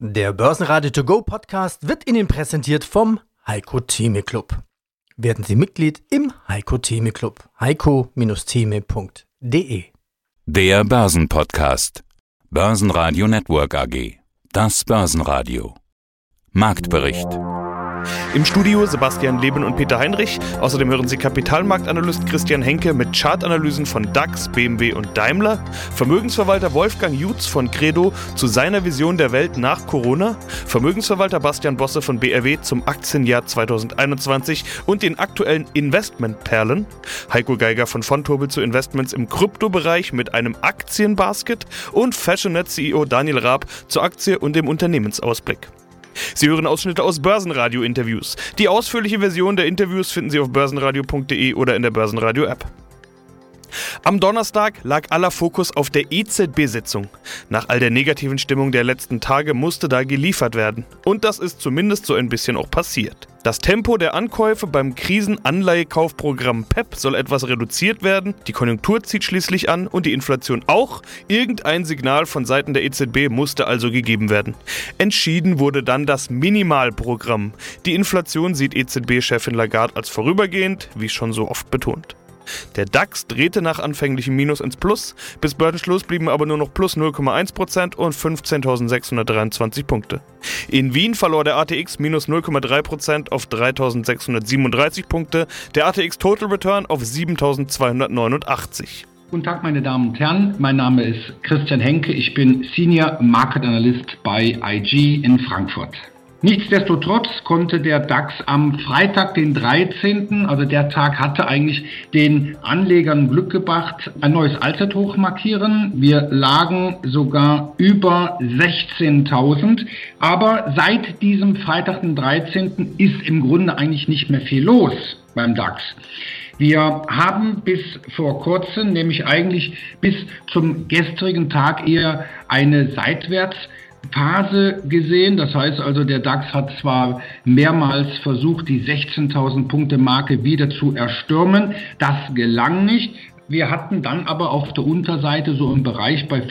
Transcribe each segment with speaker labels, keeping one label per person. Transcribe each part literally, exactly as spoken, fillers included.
Speaker 1: Der Börsenradio To Go Podcast wird Ihnen präsentiert vom Heiko Theme Club. Werden Sie Mitglied im Heiko Theme Club. heiko Theme punkt de.
Speaker 2: Der Börsenpodcast. Börsenradio Network A G. Das Börsenradio. Marktbericht.
Speaker 3: Im Studio Sebastian Leben und Peter Heinrich. Außerdem hören Sie Kapitalmarktanalyst Christian Henke mit Chartanalysen von DAX, B M W und Daimler, Vermögensverwalter Wolfgang Jutz von Credo zu seiner Vision der Welt nach Corona, Vermögensverwalter Bastian Bosse von B R W zum Aktienjahr zweitausendeinundzwanzig und den aktuellen Investmentperlen, Heiko Geiger von Vontobel zu Investments im Kryptobereich mit einem Aktienbasket und Fashionet-C E O Daniel Raab zur Aktie und dem Unternehmensausblick. Sie hören Ausschnitte aus Börsenradio-Interviews. Die ausführliche Version der Interviews finden Sie auf börsenradio punkt de oder in der Börsenradio-App. Am Donnerstag lag aller Fokus auf der E Z B-Sitzung. Nach all der negativen Stimmung der letzten Tage musste da geliefert werden. Und das ist zumindest so ein bisschen auch passiert. Das Tempo der Ankäufe beim Krisenanleihekaufprogramm P E P soll etwas reduziert werden, die Konjunktur zieht schließlich an und die Inflation auch. Irgendein Signal von Seiten der E Z B musste also gegeben werden. Entschieden wurde dann das Minimalprogramm. Die Inflation sieht E Z B-Chefin Lagarde als vorübergehend, wie schon so oft betont. Der DAX drehte nach anfänglichem Minus ins Plus, bis Börsenschluss blieben aber nur noch plus null Komma eins Prozent und fünfzehntausendsechshundertdreiundzwanzig Punkte. In Wien verlor der A T X minus null Komma drei Prozent auf dreitausendsechshundertsiebenunddreißig Punkte, der A T X Total Return auf siebentausendzweihundertneunundachtzig.
Speaker 4: Guten Tag, meine Damen und Herren. Mein Name ist Christian Henke. Ich bin Senior Market Analyst bei I G in Frankfurt. Nichtsdestotrotz konnte der DAX am Freitag, den dreizehnten, also der Tag hatte eigentlich den Anlegern Glück gebracht, ein neues Allzeithoch markieren. Wir lagen sogar über sechzehntausend. Aber seit diesem Freitag, den dreizehnten, ist im Grunde eigentlich nicht mehr viel los beim DAX. Wir haben bis vor kurzem, nämlich eigentlich bis zum gestrigen Tag, eher eine seitwärts Phase gesehen. Das heißt also, der DAX hat zwar mehrmals versucht, die sechzehntausend Punkte Marke wieder zu erstürmen. Das gelang nicht. Wir hatten dann aber auf der Unterseite so im Bereich bei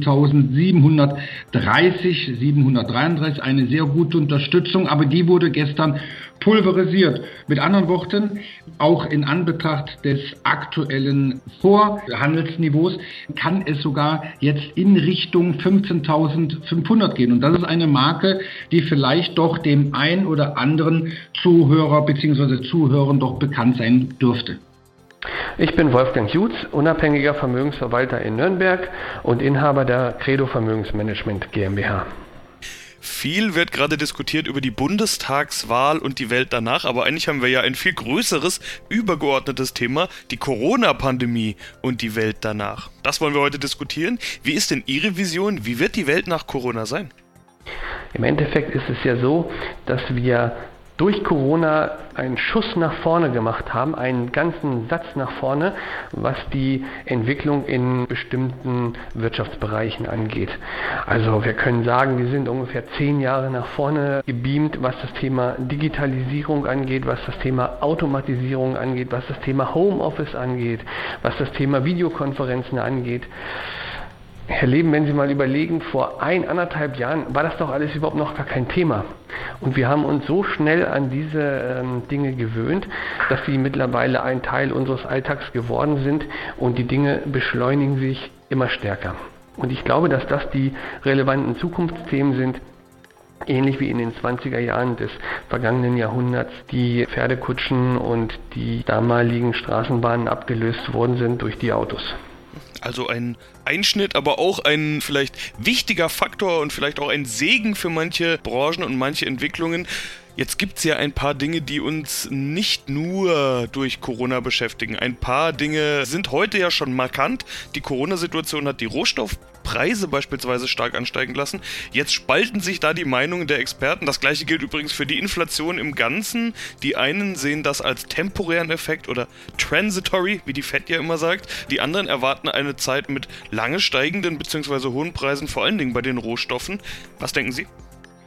Speaker 4: fünfzehntausendsiebenhundertdreißig, siebenhundertdreiunddreißig eine sehr gute Unterstützung, aber die wurde gestern pulverisiert. Mit anderen Worten, auch in Anbetracht des aktuellen Vorhandelsniveaus kann es sogar jetzt in Richtung fünfzehntausendfünfhundert gehen. Und das ist eine Marke, die vielleicht doch dem ein oder anderen Zuhörer bzw. Zuhörern doch bekannt sein dürfte.
Speaker 5: Ich bin Wolfgang Jutz, unabhängiger Vermögensverwalter in Nürnberg und Inhaber der Credo Vermögensmanagement GmbH.
Speaker 3: Viel wird gerade diskutiert über die Bundestagswahl und die Welt danach, aber eigentlich haben wir ja ein viel größeres, übergeordnetes Thema, die Corona-Pandemie und die Welt danach. Das wollen wir heute diskutieren. Wie ist denn Ihre Vision? Wie wird die Welt nach Corona sein?
Speaker 5: Im Endeffekt ist es ja so, dass wir durch Corona einen Schuss nach vorne gemacht haben, einen ganzen Satz nach vorne, was die Entwicklung in bestimmten Wirtschaftsbereichen angeht. Also wir können sagen, wir sind ungefähr zehn Jahre nach vorne gebeamt, was das Thema Digitalisierung angeht, was das Thema Automatisierung angeht, was das Thema Homeoffice angeht, was das Thema Videokonferenzen angeht. Herr Leben, wenn Sie mal überlegen, vor ein, anderthalb Jahren war das doch alles überhaupt noch gar kein Thema. Und wir haben uns so schnell an diese ähm, Dinge gewöhnt, dass sie mittlerweile ein Teil unseres Alltags geworden sind und die Dinge beschleunigen sich immer stärker. Und ich glaube, dass das die relevanten Zukunftsthemen sind, ähnlich wie in den zwanziger Jahren des vergangenen Jahrhunderts die Pferdekutschen und die damaligen Straßenbahnen abgelöst worden sind durch die Autos.
Speaker 3: Also ein Einschnitt, aber auch ein vielleicht wichtiger Faktor und vielleicht auch ein Segen für manche Branchen und manche Entwicklungen. Jetzt gibt es ja ein paar Dinge, die uns nicht nur durch Corona beschäftigen. Ein paar Dinge sind heute ja schon markant. Die Corona-Situation hat die Rohstoffpreise beispielsweise stark ansteigen lassen. Jetzt spalten sich da die Meinungen der Experten. Das gleiche gilt übrigens für die Inflation im Ganzen. Die einen sehen das als temporären Effekt oder transitory, wie die Fed ja immer sagt. Die anderen erwarten eine Zeit mit lange steigenden bzw. hohen Preisen, vor allen Dingen bei den Rohstoffen. Was denken Sie?
Speaker 5: Ich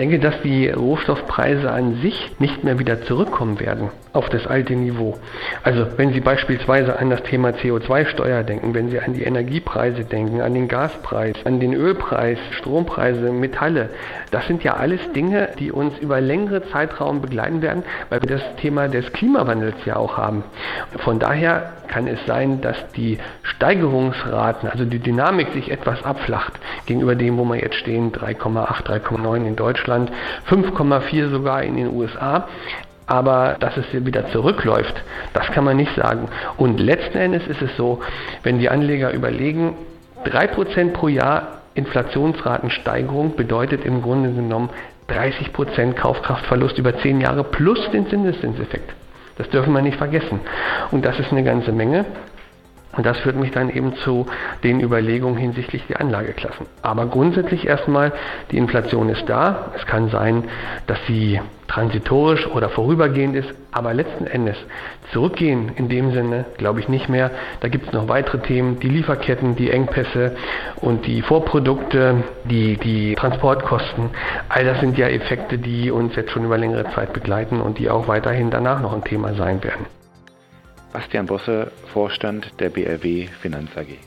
Speaker 5: denke, dass die Rohstoffpreise an sich nicht mehr wieder zurückkommen werden auf das alte Niveau. Also wenn Sie beispielsweise an das Thema C O zwei Steuer denken, wenn Sie an die Energiepreise denken, an den Gaspreis, an den Ölpreis, Strompreise, Metalle, das sind ja alles Dinge, die uns über längere Zeitraum begleiten werden, weil wir das Thema des Klimawandels ja auch haben. Von daher kann es sein, dass die Steigerungsraten, also die Dynamik sich etwas abflacht gegenüber dem, wo wir jetzt stehen, drei Komma acht, drei Komma neun in Deutschland, fünf Komma vier sogar in den U S A. Aber dass es wieder zurückläuft, das kann man nicht sagen. Und letzten Endes ist es so, wenn die Anleger überlegen, drei Prozent pro Jahr Inflationsratensteigerung bedeutet im Grunde genommen dreißig Prozent Kaufkraftverlust über zehn Jahre plus den Zinseszinseffekt. Das dürfen wir nicht vergessen. Und das ist eine ganze Menge. Und das führt mich dann eben zu den Überlegungen hinsichtlich der Anlageklassen. Aber grundsätzlich erstmal, die Inflation ist da. Es kann sein, dass sie transitorisch oder vorübergehend ist, aber letzten Endes zurückgehen in dem Sinne, glaube ich nicht mehr. Da gibt es noch weitere Themen, die Lieferketten, die Engpässe und die Vorprodukte, die, die Transportkosten. All das sind ja Effekte, die uns jetzt schon über längere Zeit begleiten und die auch weiterhin danach noch ein Thema sein werden.
Speaker 6: Bastian Bosse, Vorstand der B R W Finanz A G.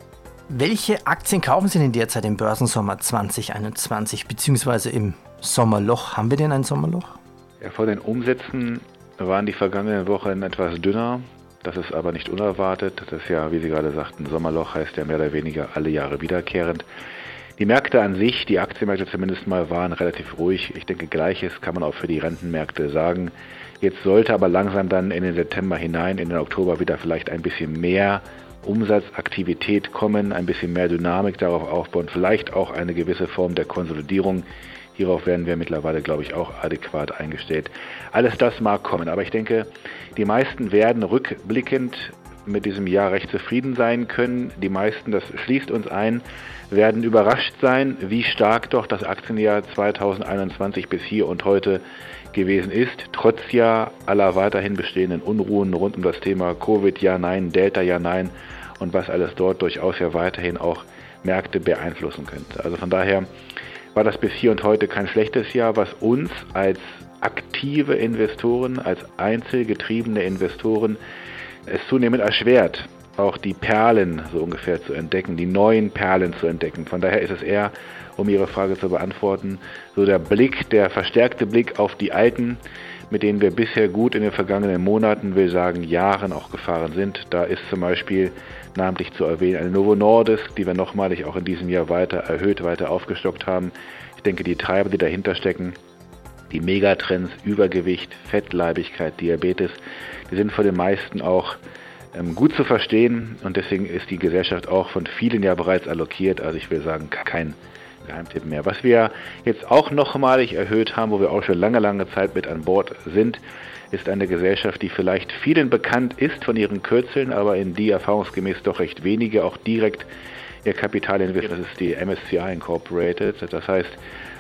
Speaker 1: Welche Aktien kaufen Sie denn derzeit im Börsensommer zwanzig einundzwanzig beziehungsweise im Sommerloch? Haben wir denn ein Sommerloch?
Speaker 6: Ja, vor den Umsätzen waren die vergangenen Wochen etwas dünner. Das ist aber nicht unerwartet. Das ist ja, wie Sie gerade sagten, Sommerloch heißt ja mehr oder weniger alle Jahre wiederkehrend. Die Märkte an sich, die Aktienmärkte zumindest mal, waren relativ ruhig. Ich denke, Gleiches kann man auch für die Rentenmärkte sagen. Jetzt sollte aber langsam dann in den September hinein, in den Oktober wieder vielleicht ein bisschen mehr Umsatzaktivität kommen, ein bisschen mehr Dynamik darauf aufbauen, vielleicht auch eine gewisse Form der Konsolidierung. Hierauf werden wir mittlerweile, glaube ich, auch adäquat eingestellt. Alles das mag kommen, aber ich denke, die meisten werden rückblickend mit diesem Jahr recht zufrieden sein können. Die meisten, das schließt uns ein, werden überrascht sein, wie stark doch das Aktienjahr zweitausendeinundzwanzig bis hier und heute gewesen ist, trotz ja aller weiterhin bestehenden Unruhen rund um das Thema Covid, ja, nein, Delta, ja, nein und was alles dort durchaus ja weiterhin auch Märkte beeinflussen könnte. Also von daher war das bis hier und heute kein schlechtes Jahr, was uns als aktive Investoren, als einzelgetriebene Investoren es zunehmend erschwert, auch die Perlen so ungefähr zu entdecken, die neuen Perlen zu entdecken. Von daher ist es eher, um Ihre Frage zu beantworten, so der Blick, der verstärkte Blick auf die alten, mit denen wir bisher gut in den vergangenen Monaten, will sagen Jahren auch gefahren sind. Da ist zum Beispiel namentlich zu erwähnen eine Novo Nordisk, die wir nochmalig auch in diesem Jahr weiter erhöht, weiter aufgestockt haben. Ich denke, die Treiber, die dahinter stecken, die Megatrends, Übergewicht, Fettleibigkeit, Diabetes, die sind für den meisten auch ähm, gut zu verstehen und deswegen ist die Gesellschaft auch von vielen ja bereits allokiert. Also ich will sagen, kein Geheimtipp mehr. Was wir jetzt auch nochmalig erhöht haben, wo wir auch schon lange, lange Zeit mit an Bord sind, ist eine Gesellschaft, die vielleicht vielen bekannt ist von ihren Kürzeln, aber in die erfahrungsgemäß doch recht wenige auch direkt ihr Kapital investieren. Das ist die M S C I Incorporated. Das heißt,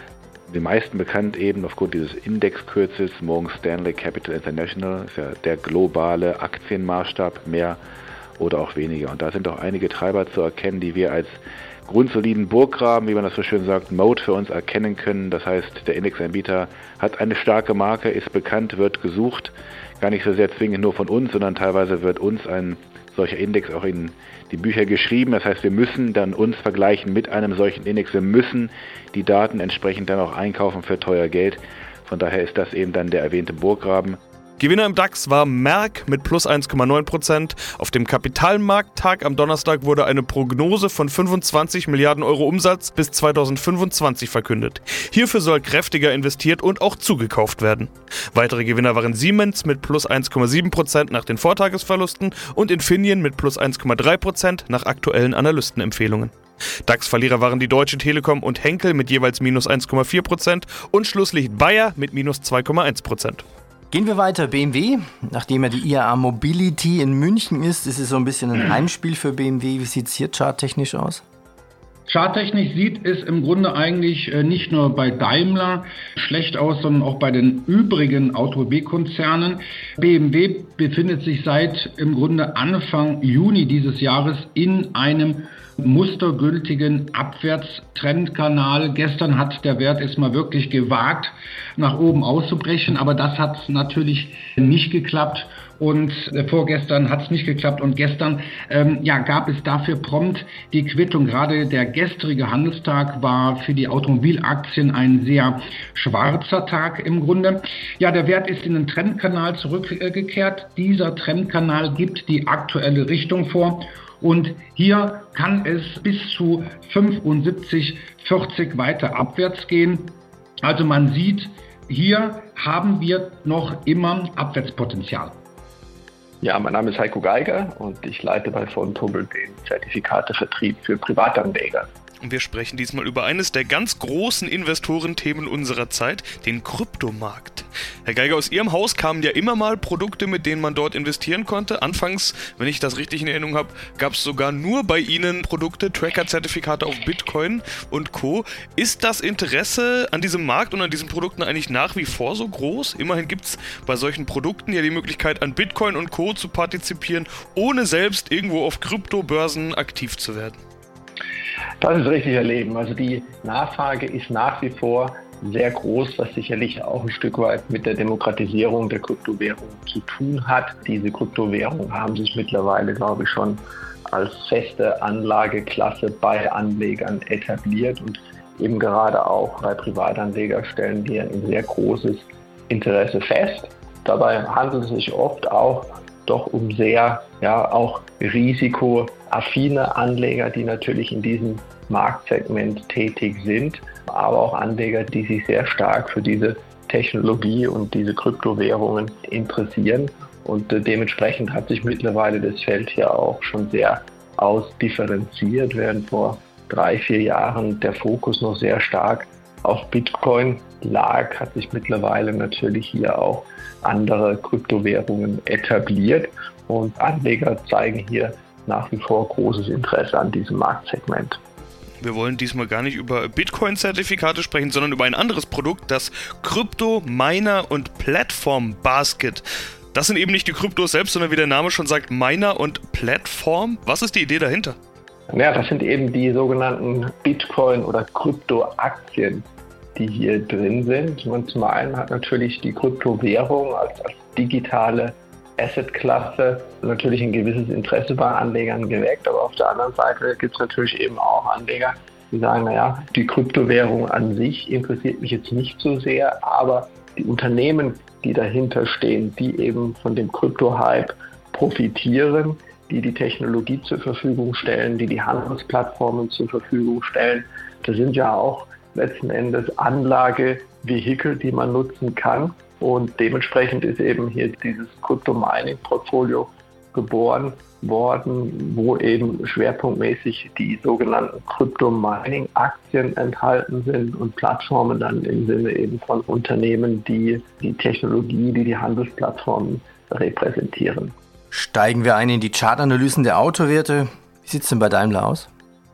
Speaker 6: die meisten bekannt eben aufgrund dieses Indexkürzels Morgan Stanley Capital International, ist ja der globale Aktienmaßstab, mehr oder auch weniger. Und da sind auch einige Treiber zu erkennen, die wir als grundsoliden Burggraben, wie man das so schön sagt, Mode für uns erkennen können. Das heißt, der Indexanbieter hat eine starke Marke, ist bekannt, wird gesucht, gar nicht so sehr zwingend nur von uns, sondern teilweise wird uns ein solcher Index auch in die Bücher geschrieben. Das heißt, wir müssen dann uns vergleichen mit einem solchen Index. Wir müssen die Daten entsprechend dann auch einkaufen für teuer Geld. Von daher ist das eben dann der erwähnte Burggraben.
Speaker 3: Gewinner im DAX war Merck mit plus eins Komma neun Prozent. Auf dem Kapitalmarkttag am Donnerstag wurde eine Prognose von fünfundzwanzig Milliarden Euro Umsatz bis zweitausendfünfundzwanzig verkündet. Hierfür soll kräftiger investiert und auch zugekauft werden. Weitere Gewinner waren Siemens mit plus eins Komma sieben Prozent nach den Vortagesverlusten und Infineon mit plus eins Komma drei Prozent nach aktuellen Analystenempfehlungen. DAX-Verlierer waren die Deutsche Telekom und Henkel mit jeweils minus eins Komma vier Prozent und Schlusslicht Bayer mit minus zwei Komma eins Prozent.
Speaker 1: Gehen wir weiter. B M W, nachdem ja die I A A Mobility in München ist, ist es so ein bisschen ein Heimspiel für B M W. Wie sieht es hier charttechnisch aus?
Speaker 4: Charttechnisch sieht es im Grunde eigentlich nicht nur bei Daimler schlecht aus, sondern auch bei den übrigen Automobilkonzernen. B M W befindet sich seit im Grunde Anfang Juni dieses Jahres in einem mustergültigen Abwärtstrendkanal. Gestern hat der Wert es mal wirklich gewagt, nach oben auszubrechen, aber das hat natürlich nicht geklappt. Und äh, vorgestern hat es nicht geklappt und gestern ähm, ja, gab es dafür prompt die Quittung. Gerade der gestrige Handelstag war für die Automobilaktien ein sehr schwarzer Tag im Grunde. Ja, der Wert ist in den Trendkanal zurückgekehrt. Dieser Trendkanal gibt die aktuelle Richtung vor. Und hier kann es bis zu fünfundsiebzig vierzig weiter abwärts gehen. Also man sieht, hier haben wir noch immer Abwärtspotenzial.
Speaker 7: Ja, mein Name ist Heiko Geiger und ich leite bei Vontobel den Zertifikatevertrieb für Privatanleger.
Speaker 3: Und wir sprechen diesmal über eines der ganz großen Investorenthemen unserer Zeit, den Kryptomarkt. Herr Geiger, aus Ihrem Haus kamen ja immer mal Produkte, mit denen man dort investieren konnte. Anfangs, wenn ich das richtig in Erinnerung habe, gab es sogar nur bei Ihnen Produkte, Tracker-Zertifikate auf Bitcoin und Co. Ist das Interesse an diesem Markt und an diesen Produkten eigentlich nach wie vor so groß? Immerhin gibt es bei solchen Produkten ja die Möglichkeit, an Bitcoin und Co. zu partizipieren, ohne selbst irgendwo auf Kryptobörsen aktiv zu werden.
Speaker 7: Das ist richtig erleben. Also die Nachfrage ist nach wie vor sehr groß, was sicherlich auch ein Stück weit mit der Demokratisierung der Kryptowährung zu tun hat. Diese Kryptowährungen haben sich mittlerweile, glaube ich, schon als feste Anlageklasse bei Anlegern etabliert und eben gerade auch bei Privatanlegern stellen wir ein sehr großes Interesse fest. Dabei handelt es sich oft auch doch um sehr, ja, auch risikoaffine Anleger, die natürlich in diesem Marktsegment tätig sind, aber auch Anleger, die sich sehr stark für diese Technologie und diese Kryptowährungen interessieren. Und äh, dementsprechend hat sich mittlerweile das Feld hier auch schon sehr ausdifferenziert, während vor drei, vier Jahren der Fokus noch sehr stark auf Bitcoin lag, hat sich mittlerweile natürlich hier auch andere Kryptowährungen etabliert und Anleger zeigen hier nach wie vor großes Interesse an diesem Marktsegment.
Speaker 3: Wir wollen diesmal gar nicht über Bitcoin-Zertifikate sprechen, sondern über ein anderes Produkt, das Crypto Miner und Platform Basket. Das sind eben nicht die Kryptos selbst, sondern wie der Name schon sagt, Miner und Plattform. Was ist die Idee dahinter?
Speaker 7: Ja, das sind eben die sogenannten Bitcoin- oder Kryptoaktien, die hier drin sind. Und zum einen hat natürlich die Kryptowährung als, als digitale Assetklasse natürlich ein gewisses Interesse bei Anlegern geweckt, aber auf der anderen Seite gibt es natürlich eben auch Anleger, die sagen, naja, die Kryptowährung an sich interessiert mich jetzt nicht so sehr, aber die Unternehmen, die dahinter stehen, die eben von dem Krypto-Hype profitieren, die die Technologie zur Verfügung stellen, die die Handelsplattformen zur Verfügung stellen, das sind ja auch letzten Endes Anlagevehikel, die man nutzen kann. Und dementsprechend ist eben hier dieses Crypto-Mining-Portfolio geboren worden, wo eben schwerpunktmäßig die sogenannten Crypto-Mining-Aktien enthalten sind und Plattformen dann im Sinne eben von Unternehmen, die die Technologie, die die Handelsplattformen repräsentieren.
Speaker 1: Steigen wir ein in die Chartanalysen der Autowerte. Wie sieht es denn bei Daimler aus?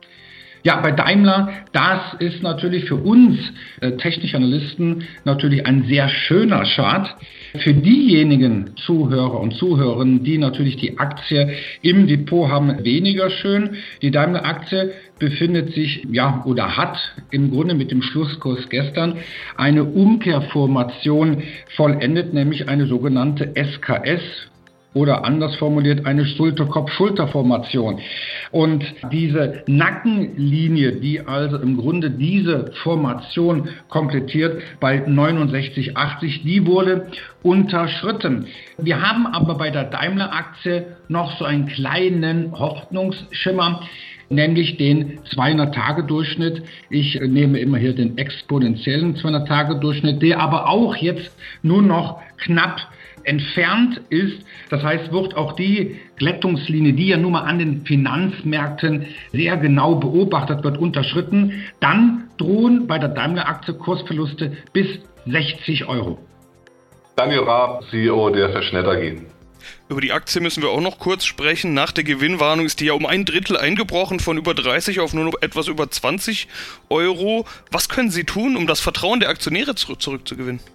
Speaker 4: Ja, bei Daimler, das ist natürlich für uns äh, technische Analysten natürlich ein sehr schöner Chart. Für diejenigen Zuhörer und Zuhörerinnen, die natürlich die Aktie im Depot haben, weniger schön. Die Daimler-Aktie befindet sich, ja, oder hat im Grunde mit dem Schlusskurs gestern eine Umkehrformation vollendet, nämlich eine sogenannte S K S. Oder anders formuliert eine Schulter-Kopf-Schulter-Formation. Und diese Nackenlinie, die also im Grunde diese Formation komplettiert bei neunundsechzig Komma achtzig, die wurde unterschritten. Wir haben aber bei der Daimler-Aktie noch so einen kleinen Hoffnungsschimmer, nämlich den zweihundert-Tage-Durchschnitt. Ich nehme immer hier den exponentiellen zweihundert-Tage-Durchschnitt, der aber auch jetzt nur noch knapp entfernt ist. Das heißt, wird auch die Glättungslinie, die ja nun mal an den Finanzmärkten sehr genau beobachtet wird, unterschritten, dann drohen bei der Daimler-Aktie Kursverluste bis sechzig Euro.
Speaker 8: Daniel Raab, C E O der Verschnell A G.
Speaker 3: Über die Aktie müssen wir auch noch kurz sprechen. Nach der Gewinnwarnung ist die ja um ein Drittel eingebrochen, von über dreißig auf nur noch etwas über zwanzig Euro. Was können Sie tun, um das Vertrauen der Aktionäre zurück, zurückzugewinnen?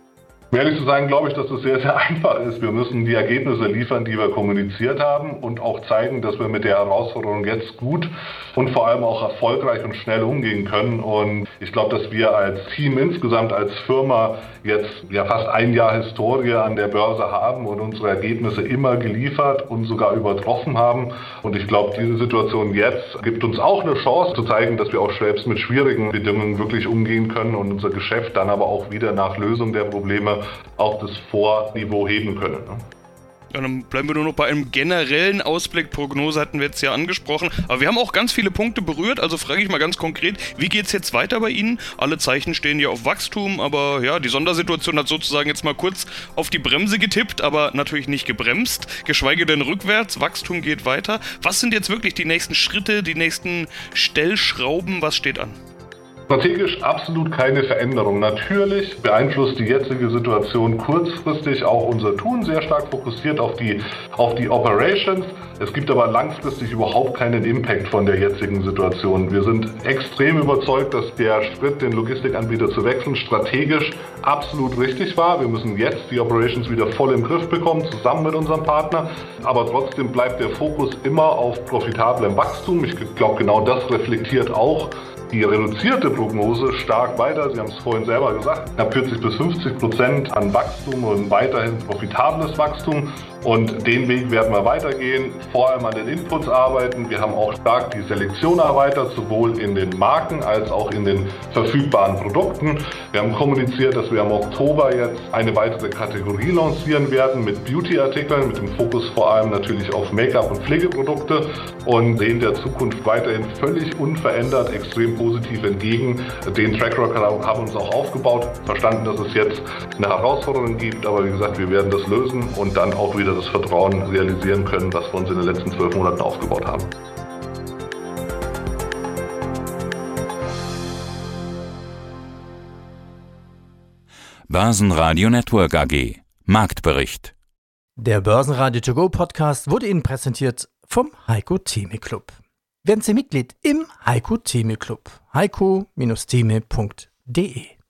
Speaker 8: Um ehrlich zu sein, glaube ich, dass es sehr, sehr einfach ist. Wir müssen die Ergebnisse liefern, die wir kommuniziert haben und auch zeigen, dass wir mit der Herausforderung jetzt gut und vor allem auch erfolgreich und schnell umgehen können. Und ich glaube, dass wir als Team insgesamt, als Firma jetzt ja fast ein Jahr Historie an der Börse haben und unsere Ergebnisse immer geliefert und sogar übertroffen haben. Und ich glaube, diese Situation jetzt gibt uns auch eine Chance zu zeigen, dass wir auch selbst mit schwierigen Bedingungen wirklich umgehen können und unser Geschäft dann aber auch wieder nach Lösung der Probleme auf das Vorniveau heben können.
Speaker 3: Ja, dann bleiben wir nur noch bei einem generellen Ausblick. Prognose hatten wir jetzt ja angesprochen. Aber wir haben auch ganz viele Punkte berührt. Also frage ich mal ganz konkret, wie geht es jetzt weiter bei Ihnen? Alle Zeichen stehen ja auf Wachstum, aber ja, die Sondersituation hat sozusagen jetzt mal kurz auf die Bremse getippt, aber natürlich nicht gebremst, geschweige denn rückwärts. Wachstum geht weiter. Was sind jetzt wirklich die nächsten Schritte, die nächsten Stellschrauben? Was steht an?
Speaker 8: Strategisch absolut keine Veränderung. Natürlich beeinflusst die jetzige Situation kurzfristig auch unser Tun, sehr stark fokussiert auf die, auf die Operations. Es gibt aber langfristig überhaupt keinen Impact von der jetzigen Situation. Wir sind extrem überzeugt, dass der Schritt, den Logistikanbieter zu wechseln, strategisch absolut richtig war. Wir müssen jetzt die Operations wieder voll im Griff bekommen, zusammen mit unserem Partner. Aber trotzdem bleibt der Fokus immer auf profitablem Wachstum. Ich glaube, genau das reflektiert auch die reduzierte Prognose stark weiter. Sie haben es vorhin selber gesagt, knapp vierzig bis fünfzig Prozent an Wachstum und weiterhin profitables Wachstum. Und den Weg werden wir weitergehen, vor allem an den Inputs arbeiten. Wir haben auch stark die Selektion erweitert, sowohl in den Marken als auch in den verfügbaren Produkten. Wir haben kommuniziert, dass wir im Oktober jetzt eine weitere Kategorie lancieren werden mit Beauty-Artikeln, mit dem Fokus vor allem natürlich auf Make-up- und Pflegeprodukte und sehen der Zukunft weiterhin völlig unverändert extrem positiv entgegen. Den Track Record haben wir uns auch aufgebaut, verstanden, dass es jetzt eine Herausforderung gibt, aber wie gesagt, wir werden das lösen und dann auch wieder das Vertrauen realisieren können, was wir uns in den letzten zwölf Monaten aufgebaut haben.
Speaker 2: Börsenradio Network A G. Marktbericht.
Speaker 1: Der Börsenradio To Go Podcast wurde Ihnen präsentiert vom Heiko Theme Club. Werden Sie Mitglied im Heiko Theme Club. heiko Bindestrich theme punkt de